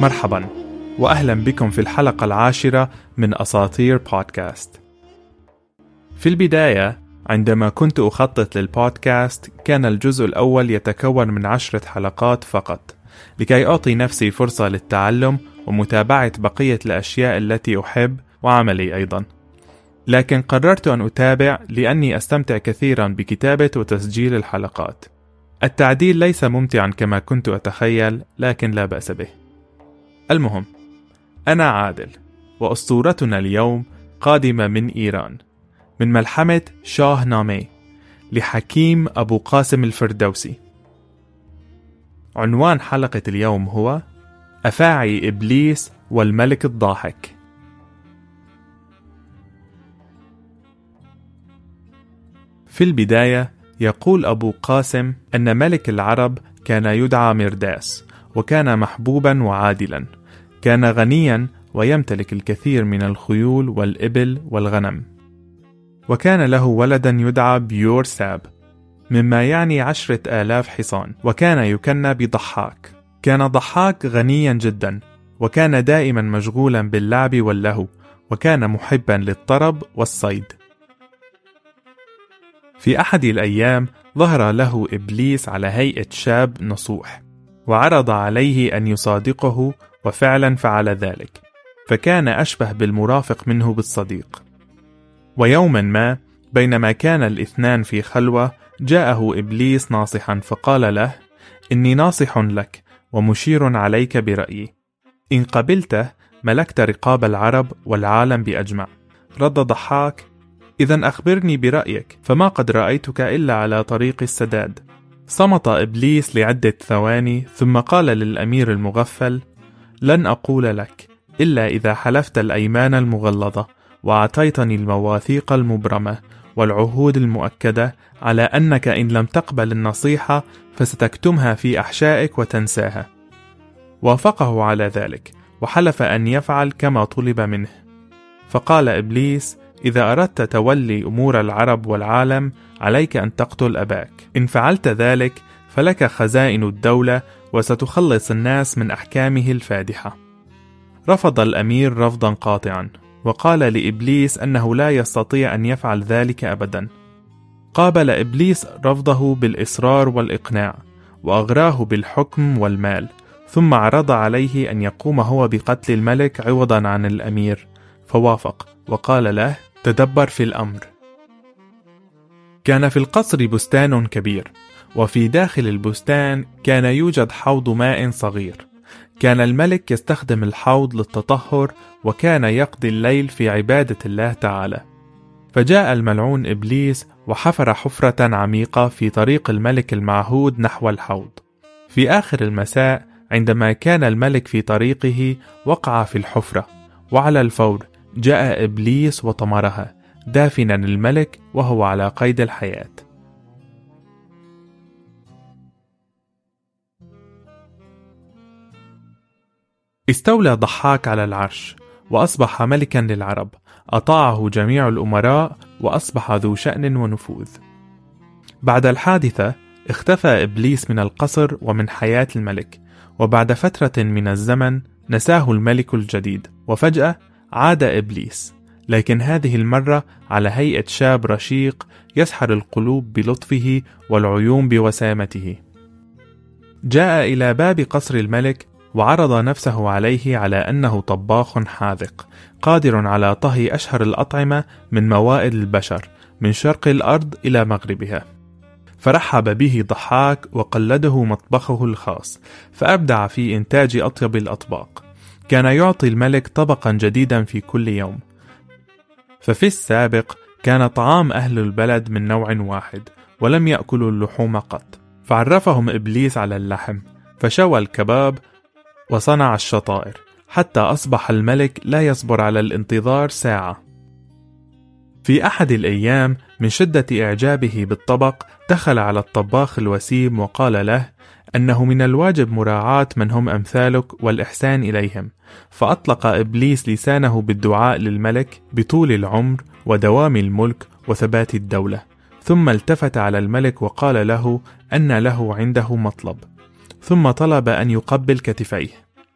مرحبا وأهلا بكم في الحلقة 10 من أساطير بودكاست. في البداية عندما كنت أخطط للبودكاست كان الجزء الأول يتكون من 10 حلقات فقط لكي أعطي نفسي فرصة للتعلم ومتابعة بقية الأشياء التي أحب وعملي أيضا، لكن قررت أن أتابع لأني أستمتع كثيرا بكتابة وتسجيل الحلقات. التعديل ليس ممتعا كما كنت أتخيل، لكن لا بأس به. المهم، أنا عادل، وأسطورتنا اليوم قادمة من إيران، من ملحمة شاه نامه لحكيم أبو قاسم الفردوسي. عنوان حلقة اليوم هو أفاعي إبليس والملك الضاحك. في البداية يقول أبو قاسم أن ملك العرب كان يدعى مرداس، وكان محبوبا وعادلا، كان غنيا ويمتلك الكثير من الخيول والإبل والغنم، وكان له ولدا يدعى بيورساب، مما يعني 10,000 حصان، وكان يكنى بضحاك. كان ضحاك غنيا جدا، وكان دائما مشغولا باللعب واللهو، وكان محبا للطرب والصيد. في أحد الأيام ظهر له إبليس على هيئة شاب نصوح، وعرض عليه أن يصادقه، وفعلا فعل ذلك، فكان أشبه بالمرافق منه بالصديق. ويوما ما بينما كان الاثنان في خلوة جاءه إبليس ناصحا فقال له: إني ناصح لك ومشير عليك برأيي، إن قبلته ملكت رقاب العرب والعالم بأجمع. رد ضحاك: إذن أخبرني برأيك، فما قد رأيتك إلا على طريق السداد. صمت إبليس لعدة ثواني ثم قال للأمير المغفل: لن أقول لك إلا إذا حلفت الأيمان المغلظة وأعطيتني المواثيق المبرمة والعهود المؤكدة على أنك إن لم تقبل النصيحة فستكتمها في أحشائك وتنساها. وافقه على ذلك وحلف أن يفعل كما طلب منه. فقال إبليس: إذا أردت تولي أمور العرب والعالم عليك أن تقتل أباك، إن فعلت ذلك فلك خزائن الدولة وستخلص الناس من أحكامه الفادحة. رفض الأمير رفضا قاطعا، وقال لإبليس أنه لا يستطيع أن يفعل ذلك أبدا. قابل إبليس رفضه بالإصرار والإقناع، وأغراه بالحكم والمال، ثم عرض عليه أن يقوم هو بقتل الملك عوضا عن الأمير، فوافق وقال له: تدبر في الأمر. كان في القصر بستان كبير، وفي داخل البستان كان يوجد حوض ماء صغير. كان الملك يستخدم الحوض للتطهر، وكان يقضي الليل في عبادة الله تعالى. فجاء الملعون إبليس وحفر حفرة عميقة في طريق الملك المعهود نحو الحوض. في آخر المساء عندما كان الملك في طريقه وقع في الحفرة، وعلى الفور جاء إبليس وطمرها، دافنا الملك وهو على قيد الحياة. استولى ضحاك على العرش، وأصبح ملكا للعرب، أطاعه جميع الأمراء، وأصبح ذو شأن ونفوذ. بعد الحادثة اختفى إبليس من القصر ومن حياة الملك، وبعد فترة من الزمن نساه الملك الجديد، وفجأة عاد إبليس، لكن هذه المرة على هيئة شاب رشيق يسحر القلوب بلطفه والعيون بوسامته. جاء إلى باب قصر الملك وعرض نفسه عليه على أنه طباخ حاذق قادر على طهي أشهر الأطعمة من موائد البشر من شرق الأرض إلى مغربها. فرحب به ضحاك وقلده مطبخه الخاص، فأبدع في إنتاج أطيب الأطباق. كان يعطي الملك طبقا جديدا في كل يوم، ففي السابق كان طعام أهل البلد من نوع واحد ولم يأكلوا اللحوم قط. فعرفهم إبليس على اللحم، فشوى الكباب وصنع الشطائر، حتى أصبح الملك لا يصبر على الانتظار ساعة. في أحد الأيام من شدة إعجابه بالطبق دخل على الطباخ الوسيم وقال له أنه من الواجب مراعاة من هم أمثالك والإحسان إليهم. فأطلق إبليس لسانه بالدعاء للملك بطول العمر ودوام الملك وثبات الدولة، ثم التفت على الملك وقال له أن له عنده مطلب، ثم طلب أن يقبل كتفيه.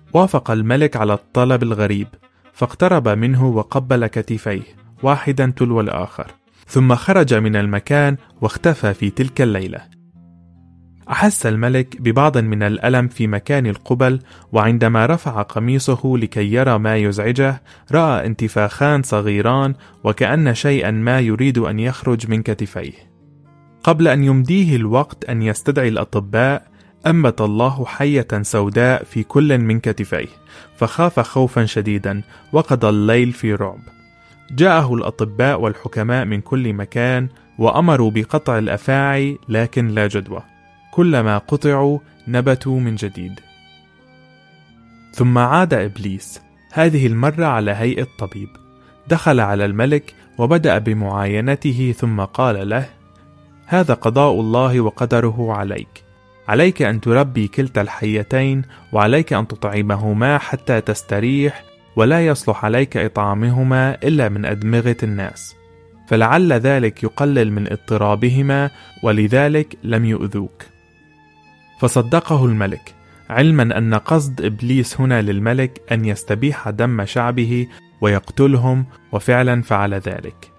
وافق الملك على الطلب الغريب، فاقترب منه وقبل كتفيه واحدا تلو الآخر، ثم خرج من المكان واختفى في تلك الليلة. أحس الملك ببعض من الألم في مكان القبل، وعندما رفع قميصه لكي يرى ما يزعجه رأى انتفاخان صغيران وكأن شيئا ما يريد أن يخرج من كتفيه. قبل أن يمديه الوقت أن يستدعي الأطباء أنبت الله حية سوداء في كل من كتفيه، فخاف خوفا شديدا وقضى الليل في رعب. جاءه الأطباء والحكماء من كل مكان وأمروا بقطع الأفاعي، لكن لا جدوى، كلما قطعوا نبتوا من جديد. ثم عاد إبليس، هذه المرة على هيئة طبيب. دخل على الملك وبدأ بمعاينته، ثم قال له: هذا قضاء الله وقدره عليك. عليك أن تربي كلتا الحيتين، وعليك أن تطعمهما حتى تستريح، ولا يصلح عليك إطعامهما إلا من أدمغة الناس، فلعل ذلك يقلل من اضطرابهما، ولذلك لم يؤذوك. فصدقه الملك، علما أن قصد إبليس هنا للملك أن يستبيح دم شعبه ويقتلهم، وفعلا فعل ذلك.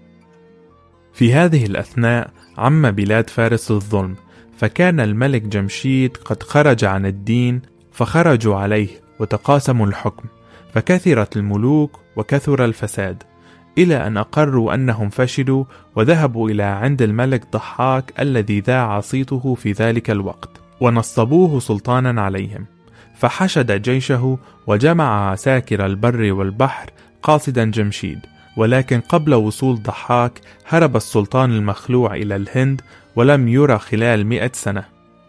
في هذه الأثناء عم بلاد فارس الظلم، فكان الملك جمشيد قد خرج عن الدين، فخرجوا عليه وتقاسموا الحكم، فكثرت الملوك وكثر الفساد، إلى أن أقروا أنهم فشلوا وذهبوا إلى عند الملك ضحاك الذي ذاع صيته في ذلك الوقت، ونصبوه سلطانا عليهم. فحشد جيشه وجمع عساكر البر والبحر قاصدا جمشيد، ولكن قبل وصول ضحاك هرب السلطان المخلوع إلى الهند ولم يرى خلال 100 سنة.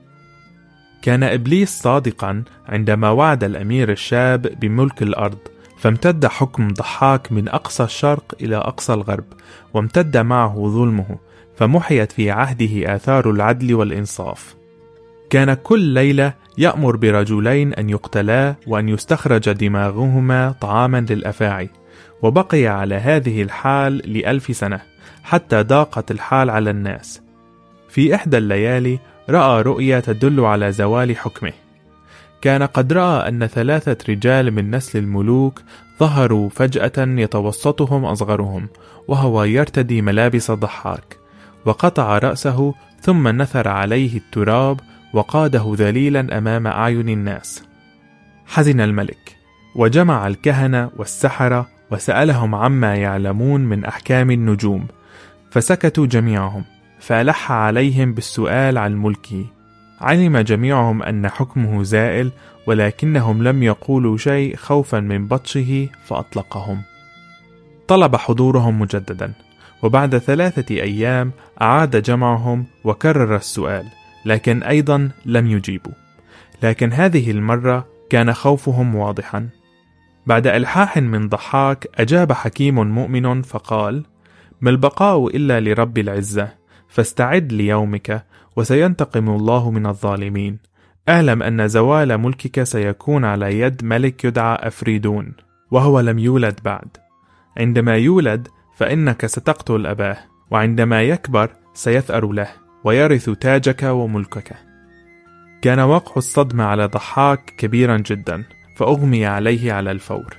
كان إبليس صادقا عندما وعد الأمير الشاب بملك الأرض، فامتد حكم ضحاك من أقصى الشرق إلى أقصى الغرب، وامتد معه ظلمه، فمحيت في عهده آثار العدل والإنصاف. كان كل ليلة يأمر برجلين أن يقتلا وأن يستخرج دماغهما طعاما للأفاعي، وبقي على هذه الحال ل1000 سنة حتى ضاقت الحال على الناس. في إحدى الليالي رأى رؤيا تدل على زوال حكمه. كان قد رأى أن 3 رجال من نسل الملوك ظهروا فجأة يتوسطهم أصغرهم، وهو يرتدي ملابس ضحاك، وقطع رأسه ثم نثر عليه التراب وقاده ذليلا أمام أعين الناس. حزن الملك وجمع الكهنة والسحرة وسألهم عما يعلمون من أحكام النجوم، فسكتوا جميعهم، فألح عليهم بالسؤال عن ملكه. علم جميعهم أن حكمه زائل، ولكنهم لم يقولوا شيء خوفا من بطشه، فأطلقهم. طلب حضورهم مجددا، وبعد 3 أيام أعاد جمعهم وكرر السؤال، لكن أيضا لم يجيبوا. لكن هذه المرة كان خوفهم واضحا. بعد إلحاح من ضحاك أجاب حكيم مؤمن فقال: ما البقاء إلا لرب العزة، فاستعد ليومك، وسينتقم الله من الظالمين. أعلم أن زوال ملكك سيكون على يد ملك يدعى أفريدون، وهو لم يولد بعد. عندما يولد فإنك ستقتل أباه، وعندما يكبر سيثأر له ويرث تاجك وملكك. كان وقع الصدمة على ضحاك كبيرا جدا، فأغمي عليه على الفور.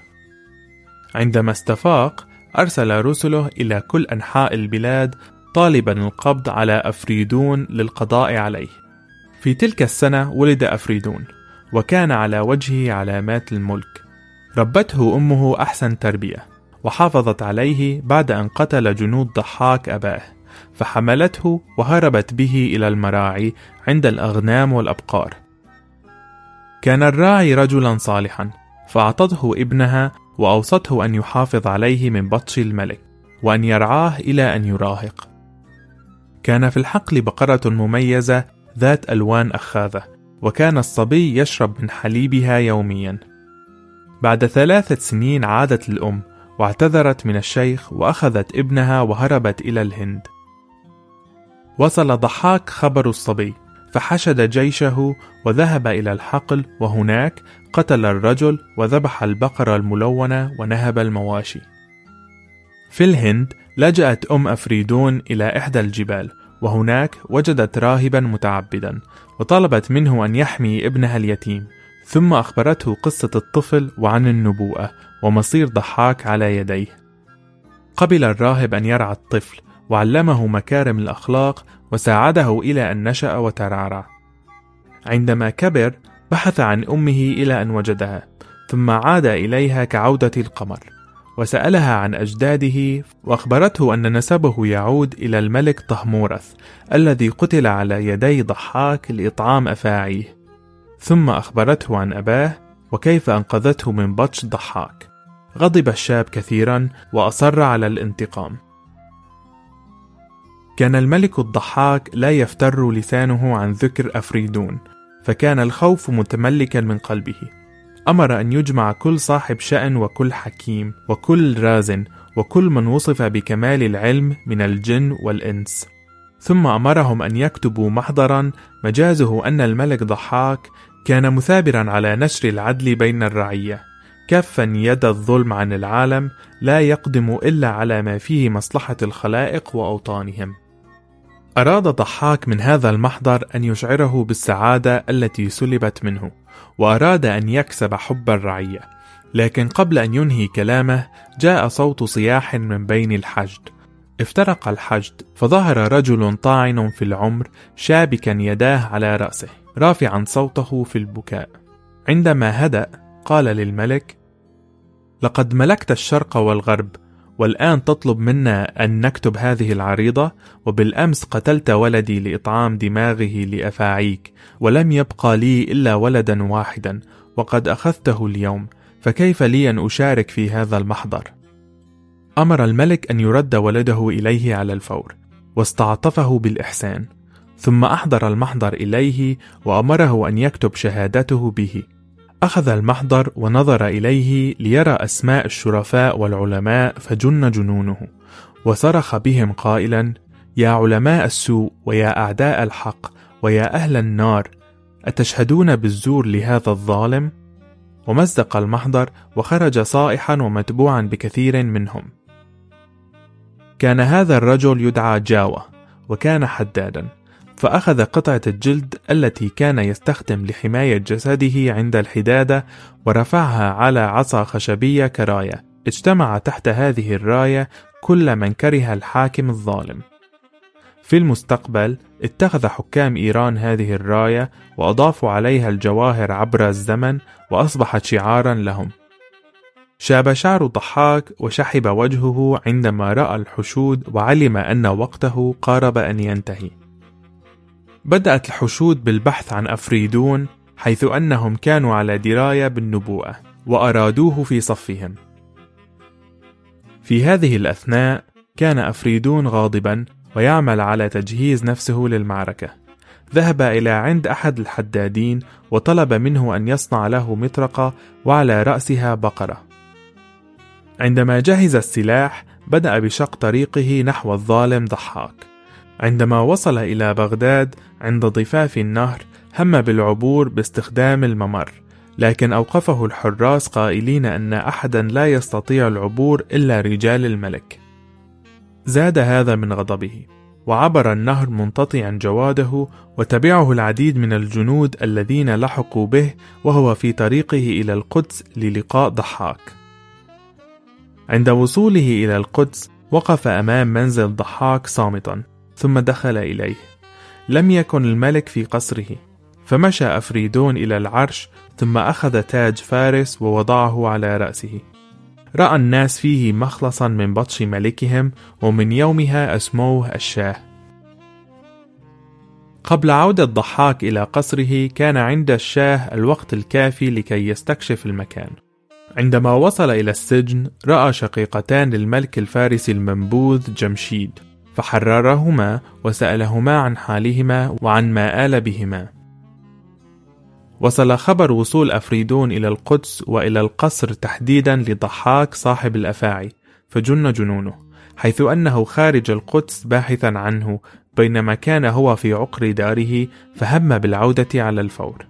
عندما استفاق أرسل رسله إلى كل أنحاء البلاد طالبا القبض على أفريدون للقضاء عليه. في تلك السنة ولد أفريدون، وكان على وجهه علامات الملك. ربته أمه أحسن تربية، وحافظت عليه بعد أن قتل جنود ضحاك أباه، فحملته وهربت به إلى المراعي عند الأغنام والأبقار. كان الراعي رجلا صالحا، فأعطته ابنها وأوصته أن يحافظ عليه من بطش الملك، وأن يرعاه إلى أن يراهق. كان في الحقل بقرة مميزة ذات ألوان أخاذة، وكان الصبي يشرب من حليبها يوميا. بعد 3 سنين عادت الأم واعتذرت من الشيخ، وأخذت ابنها وهربت إلى الهند. وصل ضحاك خبر الصبي، فحشد جيشه وذهب إلى الحقل، وهناك قتل الرجل وذبح البقرة الملونة ونهب المواشي. في الهند لجأت أم أفريدون إلى إحدى الجبال، وهناك وجدت راهبا متعبدا، وطلبت منه أن يحمي ابنها اليتيم، ثم أخبرته قصة الطفل وعن النبوءة ومصير ضحاك على يديه. قبل الراهب أن يرعى الطفل وعلمه مكارم الأخلاق وساعده إلى أن نشأ وترعرع. عندما كبر بحث عن أمه إلى أن وجدها، ثم عاد إليها كعودة القمر وسألها عن أجداده، وأخبرته أن نسبه يعود إلى الملك طهمورث الذي قتل على يدي ضحاك لإطعام أفاعيه. ثم أخبرته عن أباه وكيف أنقذته من بطش ضحاك. غضب الشاب كثيرا وأصر على الانتقام. كان الملك الضحاك لا يفتر لسانه عن ذكر أفريدون، فكان الخوف متملكا من قلبه. أمر أن يجمع كل صاحب شأن وكل حكيم وكل رازن وكل من وصف بكمال العلم من الجن والإنس، ثم أمرهم أن يكتبوا محضرا مجازه أن الملك ضحاك كان مثابرا على نشر العدل بين الرعية، كفا يد الظلم عن العالم، لا يقدم إلا على ما فيه مصلحة الخلائق وأوطانهم. أراد ضحاك من هذا المحضر أن يشعره بالسعادة التي سلبت منه، وأراد أن يكسب حب الرعية، لكن قبل أن ينهي كلامه جاء صوت صياح من بين الحشد. افترق الحشد، فظهر رجل طاعن في العمر شابكا يداه على رأسه رافعا صوته في البكاء. عندما هدأ قال للملك: لقد ملكت الشرق والغرب، والآن تطلب منا أن نكتب هذه العريضة؟ وبالأمس قتلت ولدي لإطعام دماغه لأفاعيك، ولم يبقى لي إلا ولدا واحدا، وقد أخذته اليوم، فكيف لي أن أشارك في هذا المحضر؟ أمر الملك أن يرد ولده إليه على الفور، واستعطفه بالإحسان، ثم أحضر المحضر إليه وأمره أن يكتب شهادته به. أخذ المحضر ونظر إليه ليرى أسماء الشرفاء والعلماء، فجن جنونه، وصرخ بهم قائلا: يا علماء السوء ويا أعداء الحق ويا أهل النار، أتشهدون بالزور لهذا الظالم؟ ومزق المحضر وخرج صائحا ومتبوعا بكثير منهم. كان هذا الرجل يدعى جاوة، وكان حدادا، فأخذ قطعة الجلد التي كان يستخدم لحماية جسده عند الحدادة ورفعها على عصا خشبية كراية. اجتمع تحت هذه الراية كل من كره الحاكم الظالم. في المستقبل اتخذ حكام إيران هذه الراية وأضافوا عليها الجواهر عبر الزمن، وأصبحت شعارا لهم. شاب شعر ضحاك وشحب وجهه عندما رأى الحشود وعلم أن وقته قارب أن ينتهي. بدأت الحشود بالبحث عن أفريدون، حيث أنهم كانوا على دراية بالنبوءة وأرادوه في صفهم. في هذه الأثناء كان أفريدون غاضبا ويعمل على تجهيز نفسه للمعركة. ذهب إلى عند أحد الحدادين وطلب منه أن يصنع له مطرقة وعلى رأسها بقرة. عندما جهز السلاح بدأ بشق طريقه نحو الظالم ضحاك. عندما وصل إلى بغداد عند ضفاف النهر هم بالعبور باستخدام الممر، لكن أوقفه الحراس قائلين أن أحدا لا يستطيع العبور إلا رجال الملك. زاد هذا من غضبه، وعبر النهر منتطعا جواده، وتبعه العديد من الجنود الذين لحقوا به وهو في طريقه إلى القدس للقاء ضحاك. عند وصوله إلى القدس وقف أمام منزل ضحاك صامتا، ثم دخل إليه. لم يكن الملك في قصره، فمشى أفريدون إلى العرش، ثم أخذ تاج فارس ووضعه على رأسه. رأى الناس فيه مخلصا من بطش ملكهم، ومن يومها أسموه الشاه. قبل عودة ضحاك إلى قصره كان عند الشاه الوقت الكافي لكي يستكشف المكان. عندما وصل إلى السجن رأى شقيقتان للملك الفارسي المنبوذ جمشيد، فحررهما وسألهما عن حالهما وعن ما آل بهما. وصل خبر وصول أفريدون إلى القدس وإلى القصر تحديدا لضحاك صاحب الأفاعي، فجن جنونه، حيث أنه خارج القدس باحثا عنه، بينما كان هو في عقر داره، فهم بالعودة على الفور.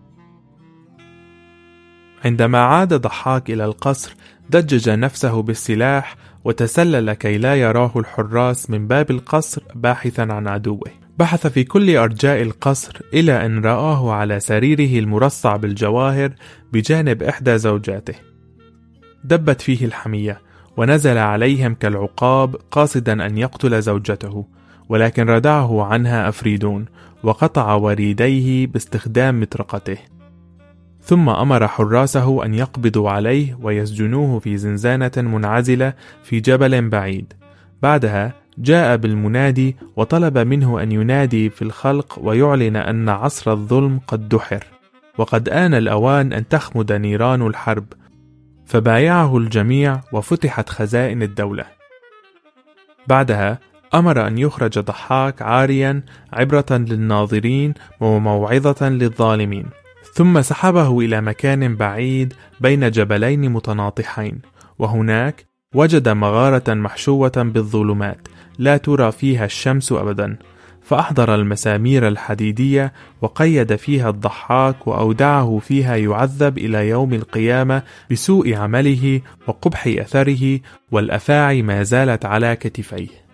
عندما عاد ضحاك إلى القصر دجج نفسه بالسلاح وتسلل كي لا يراه الحراس من باب القصر باحثا عن عدوه. بحث في كل أرجاء القصر إلى أن رآه على سريره المرصع بالجواهر بجانب إحدى زوجاته. دبت فيه الحمية ونزل عليهم كالعقاب قاصدا أن يقتل زوجته، ولكن ردعه عنها أفريدون وقطع وريديه باستخدام مطرقته، ثم أمر حراسه أن يقبضوا عليه ويسجنوه في زنزانة منعزلة في جبل بعيد. بعدها جاء بالمنادي وطلب منه أن ينادي في الخلق ويعلن أن عصر الظلم قد دحر، وقد آن الأوان أن تخمد نيران الحرب، فبايعه الجميع وفتحت خزائن الدولة. بعدها أمر أن يخرج ضحاك عاريا عبرة للناظرين وموعظة للظالمين، ثم سحبه إلى مكان بعيد بين جبلين متناطحين، وهناك وجد مغارة محشوة بالظلمات لا ترى فيها الشمس أبدا، فأحضر المسامير الحديدية وقيد فيها الضحاك وأودعه فيها يعذب إلى يوم القيامة بسوء عمله وقبح أثره، والأفاعي ما زالت على كتفيه.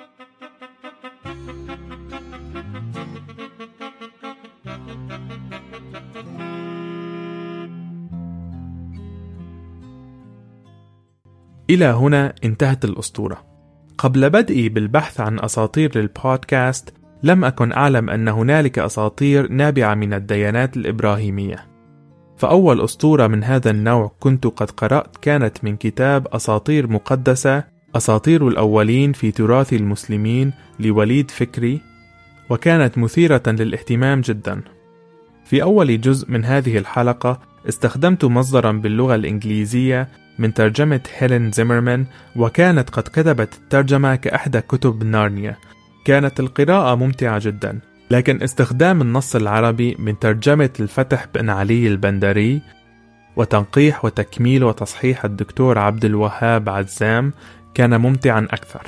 إلى هنا انتهت الأسطورة. قبل بدئي بالبحث عن أساطير للبودكاست لم أكن أعلم أن هنالك أساطير نابعة من الديانات الإبراهيمية. فأول أسطورة من هذا النوع كنت قد قرأت كانت من كتاب أساطير مقدسة، أساطير الأولين في تراث المسلمين لوليد فكري، وكانت مثيرة للاهتمام جدا. في أول جزء من هذه الحلقة استخدمت مصدرا باللغة الإنجليزية من ترجمة هيلين زيمرمان، وكانت قد كتبت الترجمة كأحدى كتب نارنيا. كانت القراءة ممتعة جدا، لكن استخدام النص العربي من ترجمة الفتح بن علي البندري وتنقيح وتكميل وتصحيح الدكتور عبد الوهاب عزام كان ممتعا أكثر.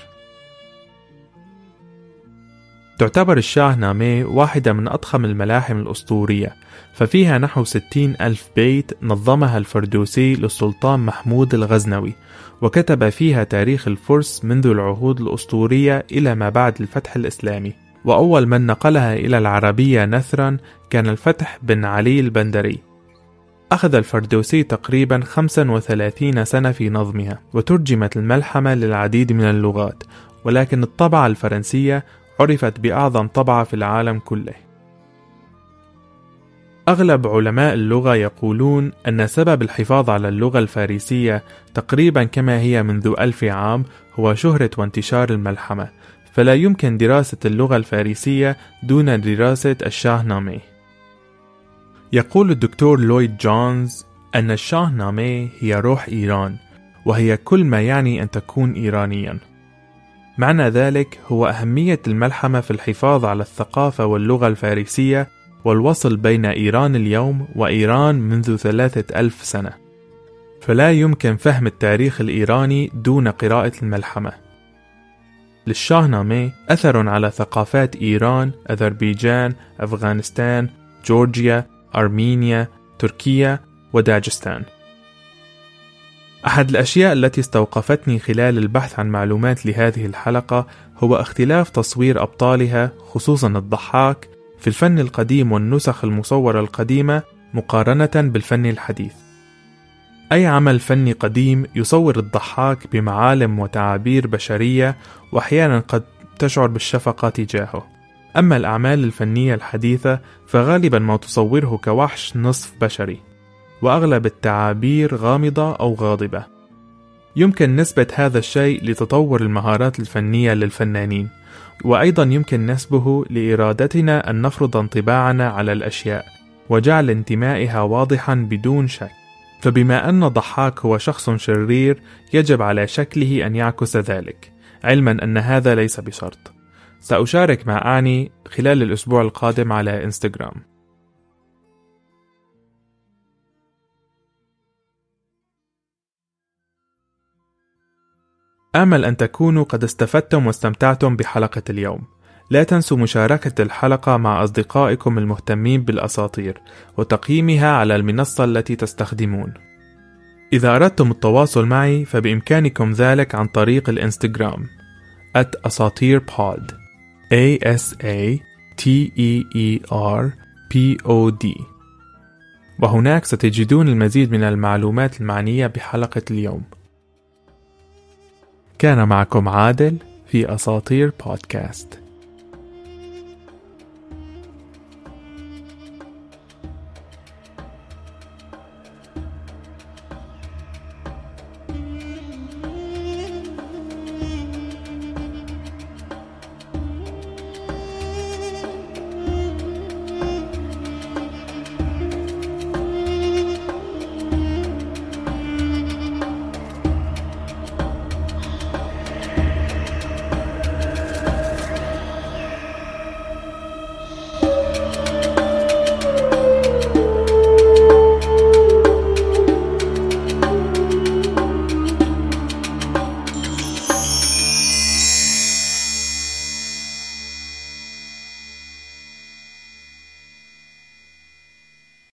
تعتبر الشاهنامة واحدة من أضخم الملاحم الأسطورية، ففيها نحو 60,000 بيت نظمها الفردوسي للسلطان محمود الغزنوي، وكتب فيها تاريخ الفرس منذ العهود الأسطورية إلى ما بعد الفتح الإسلامي. وأول من نقلها إلى العربية نثرا كان الفتح بن علي البندري. أخذ الفردوسي تقريبا 35 سنة في نظمها، وترجمت الملحمة للعديد من اللغات، ولكن الطبعة الفرنسية عرفت بأعظم طبعة في العالم كله. أغلب علماء اللغة يقولون أن سبب الحفاظ على اللغة الفارسية تقريبا كما هي منذ 1000 عام هو شهرة وانتشار الملحمة، فلا يمكن دراسة اللغة الفارسية دون دراسة الشاهنامة. يقول الدكتور لويد جونز أن الشاهنامة هي روح إيران، وهي كل ما يعني أن تكون إيرانيا. معنى ذلك هو أهمية الملحمة في الحفاظ على الثقافة واللغة الفارسية والوصل بين إيران اليوم وإيران منذ 3000 سنة. فلا يمكن فهم التاريخ الإيراني دون قراءة الملحمة. للشاهنامة أثر على ثقافات إيران، أذربيجان، أفغانستان، جورجيا، أرمينيا، تركيا، وداجستان. أحد الأشياء التي استوقفتني خلال البحث عن معلومات لهذه الحلقة هو اختلاف تصوير أبطالها، خصوصا الضحاك، في الفن القديم والنسخ المصورة القديمة مقارنة بالفن الحديث. أي عمل فني قديم يصور الضحاك بمعالم وتعابير بشرية، وأحيانا قد تشعر بالشفقة تجاهه. أما الأعمال الفنية الحديثة فغالبا ما تصوره كوحش نصف بشري، وأغلب التعابير غامضة أو غاضبة. يمكن نسبة هذا الشيء لتطور المهارات الفنية للفنانين، وأيضا يمكن نسبه لإرادتنا أن نفرض انطباعنا على الأشياء وجعل انتمائها واضحا بدون شك. فبما أن ضحاك هو شخص شرير يجب على شكله أن يعكس ذلك، علما أن هذا ليس بشرط. سأشارك مع آني خلال الأسبوع القادم على إنستغرام. آمل أن تكونوا قد استفدتم واستمتعتم بحلقة اليوم. لا تنسوا مشاركة الحلقة مع أصدقائكم المهتمين بالأساطير وتقييمها على المنصة التي تستخدمون. إذا أردتم التواصل معي فبإمكانكم ذلك عن طريق الإنستغرام @أساطيرpod. ASATEERPOD. وهناك ستجدون المزيد من المعلومات المعنية بحلقة اليوم. كان معكم عادل في أساطير بودكاست.